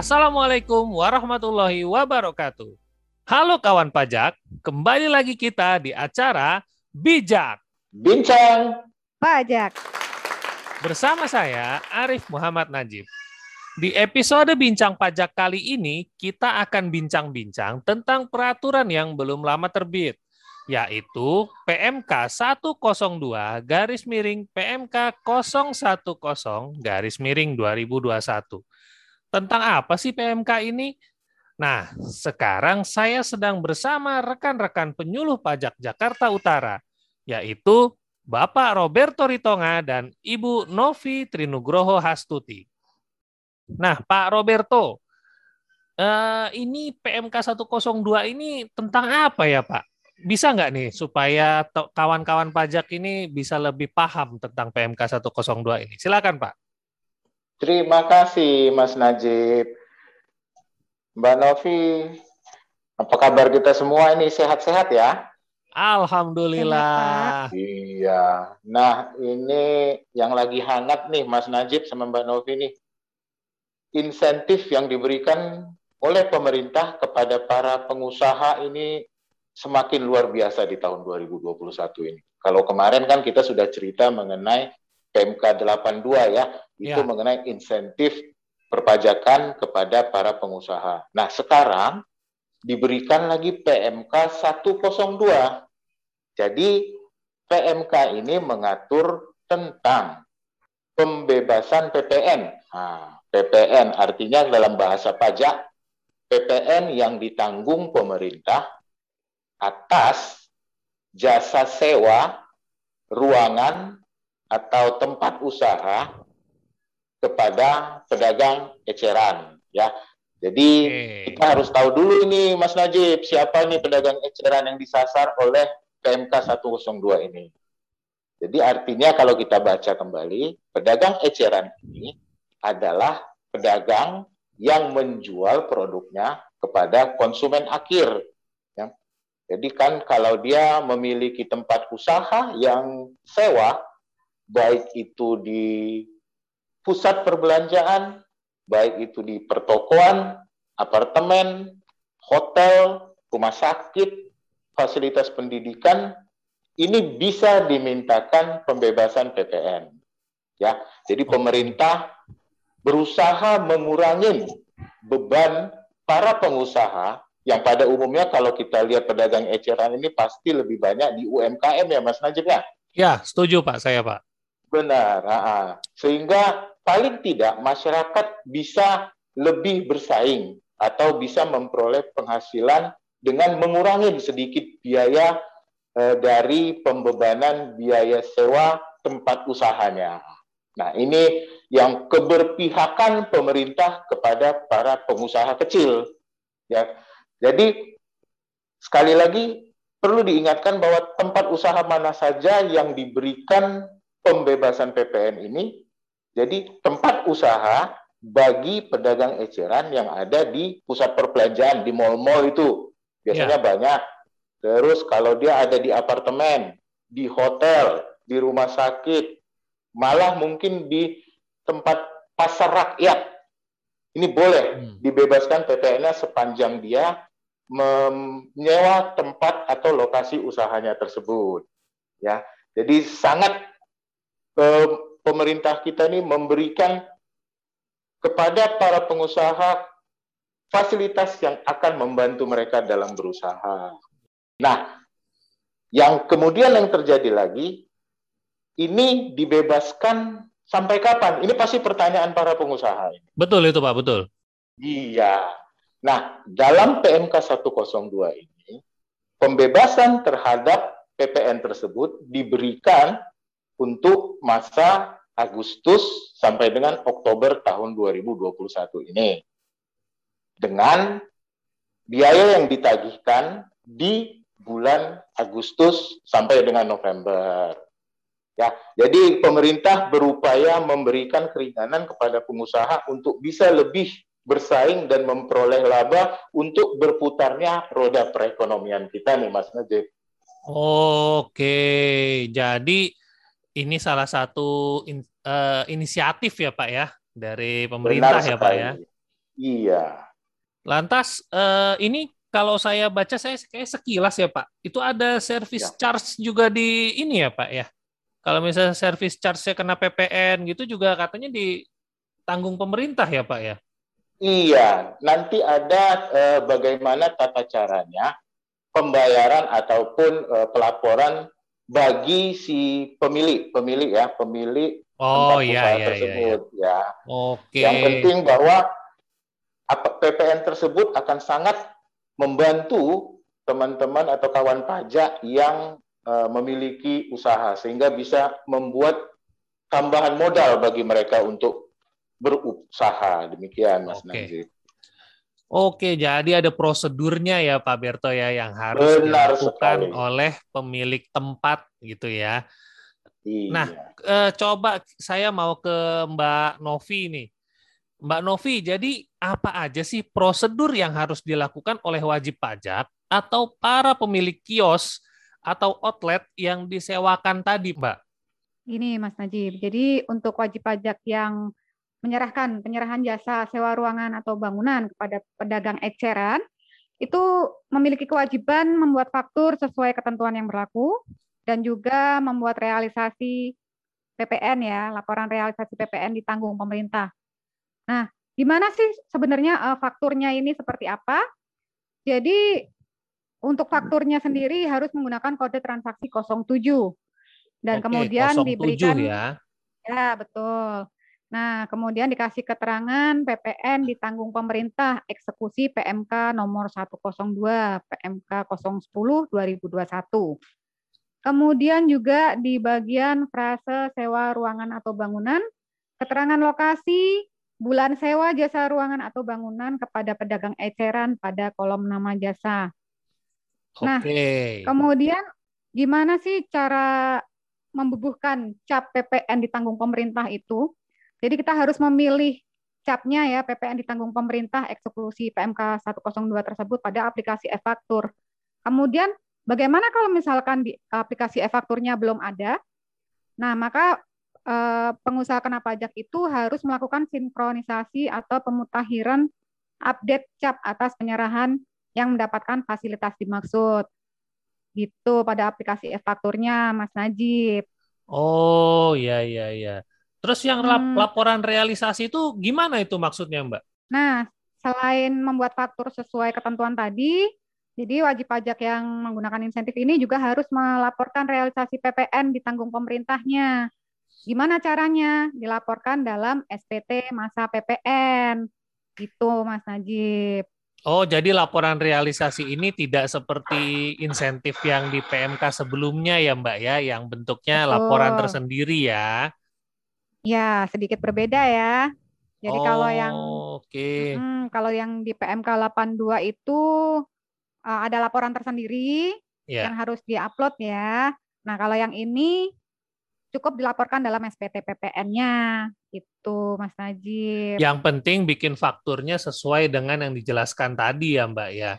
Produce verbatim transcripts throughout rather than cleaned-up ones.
Assalamualaikum warahmatullahi wabarakatuh. Halo kawan pajak, kembali lagi kita di acara Bijak Bincang Pajak. bersama saya Arif Muhammad Najib. Di episode Bincang Pajak kali ini, kita akan bincang-bincang tentang peraturan yang belum lama terbit, yaitu P M K seratus dua garis miring P M K nol sepuluh garis miring dua ribu dua puluh satu. Tentang apa sih P M K ini? Nah, sekarang saya sedang bersama rekan-rekan penyuluh pajak Jakarta Utara, yaitu Bapak Roberto Ritonga dan Ibu Novi Trinugroho Hastuti. Nah, Pak Roberto, eh, ini P M K seratus dua ini tentang apa ya, Pak? Bisa nggak nih supaya kawan-kawan pajak ini bisa lebih paham tentang P M K seratus dua ini? Silakan, Pak. Terima kasih Mas Najib. Mbak Novi, apa kabar kita semua ini? Sehat-sehat ya? Alhamdulillah. Sehat, Iya. Nah, ini yang lagi hangat nih Mas Najib sama Mbak Novi nih. Insentif yang diberikan oleh pemerintah kepada para pengusaha ini semakin luar biasa di tahun dua ribu dua puluh satu ini. Kalau kemarin kan kita sudah cerita mengenai P M K delapan puluh dua ya, itu Ya. mengenai insentif perpajakan kepada para pengusaha. Nah, sekarang diberikan lagi P M K seratus dua. Jadi, P M K ini mengatur tentang pembebasan P P N. Nah, P P N artinya dalam bahasa pajak, P P N yang ditanggung pemerintah atas jasa sewa, ruangan, atau tempat usaha kepada pedagang eceran, ya. Jadi Oke. kita harus tahu dulu ini, Mas Najib, siapa nih pedagang eceran yang disasar oleh P M K seratus dua ini. Jadi artinya kalau kita baca kembali, pedagang eceran ini adalah pedagang yang menjual produknya kepada konsumen akhir. Ya. Jadi kan kalau dia memiliki tempat usaha yang sewa, baik itu di pusat perbelanjaan, baik itu di pertokoan, apartemen, hotel, rumah sakit, fasilitas pendidikan, ini bisa dimintakan pembebasan P P N. Ya, jadi pemerintah berusaha mengurangi beban para pengusaha yang pada umumnya kalau kita lihat pedagang eceran ini pasti lebih banyak di U M K M ya Mas Najib ya? Ya, setuju Pak, saya Pak. Benar, aa. Sehingga paling tidak masyarakat bisa lebih bersaing atau bisa memperoleh penghasilan dengan mengurangi sedikit biaya eh, dari pembebanan biaya sewa tempat usahanya. Nah, ini yang keberpihakan pemerintah kepada para pengusaha kecil. Ya, jadi sekali lagi perlu diingatkan bahwa tempat usaha mana saja yang diberikan pembebasan P P N ini, jadi tempat usaha bagi pedagang eceran yang ada di pusat perbelanjaan, di mal-mal itu. Biasanya ya. banyak. Terus kalau dia ada di apartemen, di hotel, di rumah sakit, malah mungkin di tempat pasar rakyat, ini boleh hmm. dibebaskan P P N-nya sepanjang dia menyewa tempat atau lokasi usahanya tersebut. Ya, jadi sangat pemerintah kita ini memberikan kepada para pengusaha fasilitas yang akan membantu mereka dalam berusaha. Nah, yang kemudian yang terjadi lagi, ini dibebaskan sampai kapan? Ini pasti pertanyaan para pengusaha. Betul itu Pak, betul. Iya. Nah, dalam P M K seratus dua ini, pembebasan terhadap P P N tersebut diberikan untuk masa Agustus sampai dengan Oktober tahun dua ribu dua puluh satu ini. Dengan biaya yang ditagihkan di bulan Agustus sampai dengan November. Ya, jadi pemerintah berupaya memberikan keringanan kepada pengusaha untuk bisa lebih bersaing dan memperoleh laba untuk berputarnya roda perekonomian kita nih Mas Najib. Oke, jadi ini salah satu in, uh, inisiatif ya Pak ya dari pemerintah ya Pak ya. Iya. Lantas eh, ini kalau saya baca saya kayak sekilas ya Pak, itu ada service Ya. charge juga di ini ya Pak ya. Kalau misalnya service charge-nya kena P P N gitu juga katanya ditanggung pemerintah ya Pak ya. Iya, nanti ada eh, bagaimana tata caranya pembayaran ataupun eh, pelaporan bagi si pemilik, pemilik ya, pemilik Oh tempat iya usaha iya iya iya. tersebut ya. Oke. Yang penting bahwa apa, P P N tersebut akan sangat membantu teman-teman atau kawan pajak yang uh, memiliki usaha sehingga bisa membuat tambahan modal bagi mereka untuk berusaha. Demikian Mas Oke. Najib. Oke, jadi ada prosedurnya ya Pak Berto ya yang harus Benar dilakukan sekali. oleh pemilik tempat gitu ya. Nah, Iya. eh, coba saya mau ke Mbak Novi nih. Mbak Novi, jadi apa aja sih prosedur yang harus dilakukan oleh wajib pajak atau para pemilik kios atau outlet yang disewakan tadi, Mbak? Gini Mas Najib, jadi untuk wajib pajak yang menyerahkan penyerahan jasa sewa ruangan atau bangunan kepada pedagang eceran, itu memiliki kewajiban membuat faktur sesuai ketentuan yang berlaku dan juga membuat realisasi P P N ya, laporan realisasi P P N ditanggung pemerintah. Nah, gimana sih sebenarnya uh, fakturnya ini seperti apa? Jadi untuk fakturnya sendiri harus menggunakan kode transaksi nol tujuh dan Oke, kemudian nol tujuh diberikan ya. Ya, betul. Nah, kemudian dikasih keterangan P P N ditanggung pemerintah eksekusi P M K nomor seratus dua P M K nol sepuluh dua ribu dua puluh satu. Kemudian juga di bagian frase sewa ruangan atau bangunan, keterangan lokasi, bulan sewa jasa ruangan atau bangunan kepada pedagang eceran pada kolom nama jasa. Nah, Oke. kemudian gimana sih cara membubuhkan cap P P N ditanggung pemerintah itu? Jadi kita harus memilih capnya ya, P P N ditanggung pemerintah eksekusi P M K seratus dua tersebut pada aplikasi e-faktur. Kemudian bagaimana kalau misalkan di aplikasi e-fakturnya belum ada? Nah, maka eh, pengusaha kena pajak itu harus melakukan sinkronisasi atau pemutakhiran update cap atas penyerahan yang mendapatkan fasilitas dimaksud. Gitu pada aplikasi e-fakturnya, Mas Najib. Oh, iya, iya, iya. Terus yang lap- Hmm, laporan realisasi itu gimana itu maksudnya, Mbak? Nah, selain membuat faktur sesuai ketentuan tadi, jadi wajib pajak yang menggunakan insentif ini juga harus melaporkan realisasi P P N ditanggung pemerintahnya. Gimana caranya? Dilaporkan dalam S P T masa P P N. Gitu, Mas Najib. Oh, jadi laporan realisasi ini tidak seperti insentif yang di P M K sebelumnya ya, Mbak ya, yang bentuknya laporan Betul. tersendiri ya. Ya, sedikit berbeda ya. Jadi kalau yang Oh, oke. mm, kalau yang di P M K delapan puluh dua itu uh, ada laporan tersendiri yang Ya. harus diupload ya. Nah, kalau yang ini cukup dilaporkan dalam S P T P P N-nya. Itu, Mas Najib. Yang penting bikin fakturnya sesuai dengan yang dijelaskan tadi ya, Mbak ya.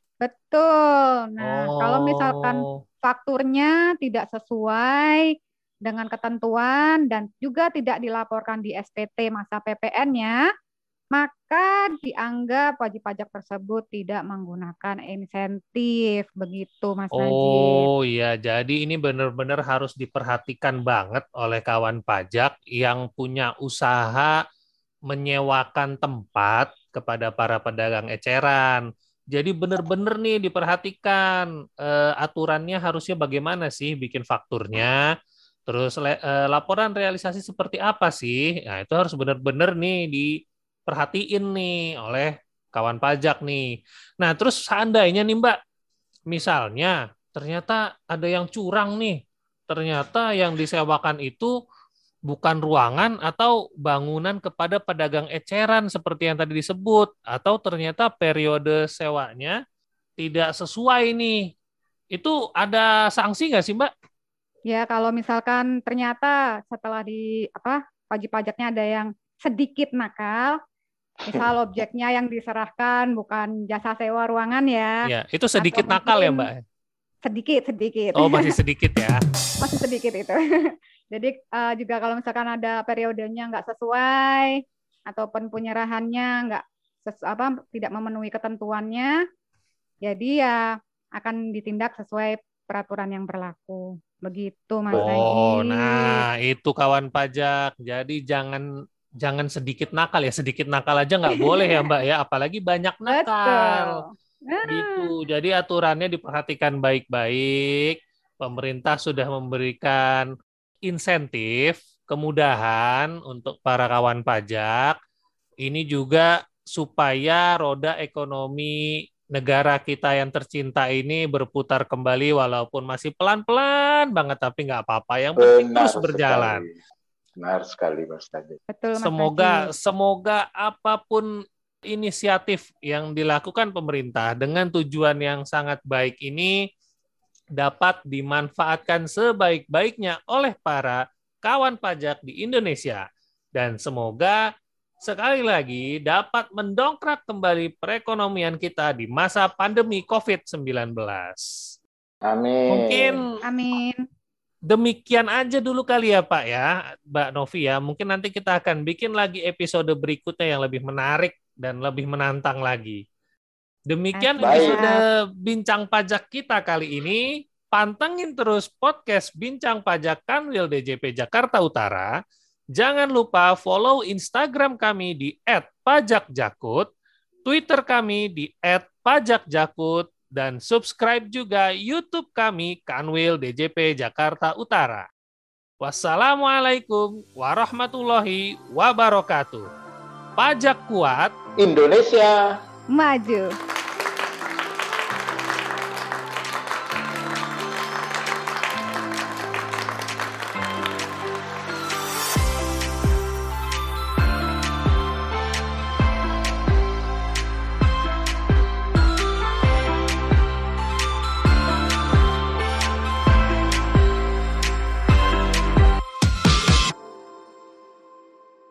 Betul. Nah, kalau misalkan Oh. fakturnya tidak sesuai dengan ketentuan dan juga tidak dilaporkan di S P T masa P P N-nya, maka dianggap wajib pajak tersebut tidak menggunakan insentif. Begitu, Mas Najib. Oh iya, jadi ini benar-benar harus diperhatikan banget oleh kawan pajak yang punya usaha menyewakan tempat kepada para pedagang eceran. Jadi benar-benar nih diperhatikan eh, aturannya harusnya bagaimana sih bikin fakturnya, terus le- eh, laporan realisasi seperti apa sih? Nah, itu harus benar-benar nih diperhatiin nih oleh kawan pajak nih. Nah, terus seandainya nih Mbak, misalnya, ternyata ada yang curang nih. Ternyata yang disewakan itu bukan ruangan atau bangunan kepada pedagang eceran seperti yang tadi disebut. Atau ternyata periode sewanya tidak sesuai nih. Itu ada sanksi nggak sih, Mbak? Ya, kalau misalkan ternyata setelah di apa wajib pajaknya ada yang sedikit nakal, misal objeknya yang diserahkan bukan jasa sewa ruangan ya, Ya, itu atau sedikit nakal ya, Mbak? mungkin sedikit sedikit Oh, masih sedikit ya. masih sedikit itu. Jadi uh, juga kalau misalkan ada periodenya nggak sesuai ataupun penyerahannya nggak ses, apa tidak memenuhi ketentuannya, jadi ya akan ditindak sesuai peraturan yang berlaku. Begitu, Mas Oh, Najib. nah itu kawan pajak. Jadi jangan jangan sedikit nakal ya, sedikit nakal aja nggak boleh ya Mbak ya, apalagi banyak nakal. Betul. Nah, Gitu. Jadi aturannya diperhatikan baik-baik. Pemerintah sudah memberikan insentif, kemudahan untuk para kawan pajak. Ini juga supaya roda ekonomi negara kita yang tercinta ini berputar kembali walaupun masih pelan-pelan banget, tapi nggak apa-apa. Yang penting Benar terus berjalan. sekali. Benar sekali, Mas Najib. betul, Mas Semoga Najib. semoga apapun inisiatif yang dilakukan pemerintah dengan tujuan yang sangat baik ini dapat dimanfaatkan sebaik-baiknya oleh para kawan pajak di Indonesia. Dan semoga sekali lagi dapat mendongkrak kembali perekonomian kita di masa pandemi covid sembilan belas. Amin. Mungkin Amin. demikian aja dulu kali ya Pak ya, Mbak Novi ya. Mungkin nanti kita akan bikin lagi episode berikutnya yang lebih menarik dan lebih menantang lagi. Demikian Baik. episode Bincang Pajak kita kali ini. Pantengin terus podcast Bincang Pajak Kanwil D J P Jakarta Utara. Jangan lupa follow Instagram kami di et pajakjakut, Twitter kami di et pajakjakut, dan subscribe juga YouTube kami Kanwil D J P Jakarta Utara. Wassalamualaikum warahmatullahi wabarakatuh. Pajak kuat, Indonesia Maju.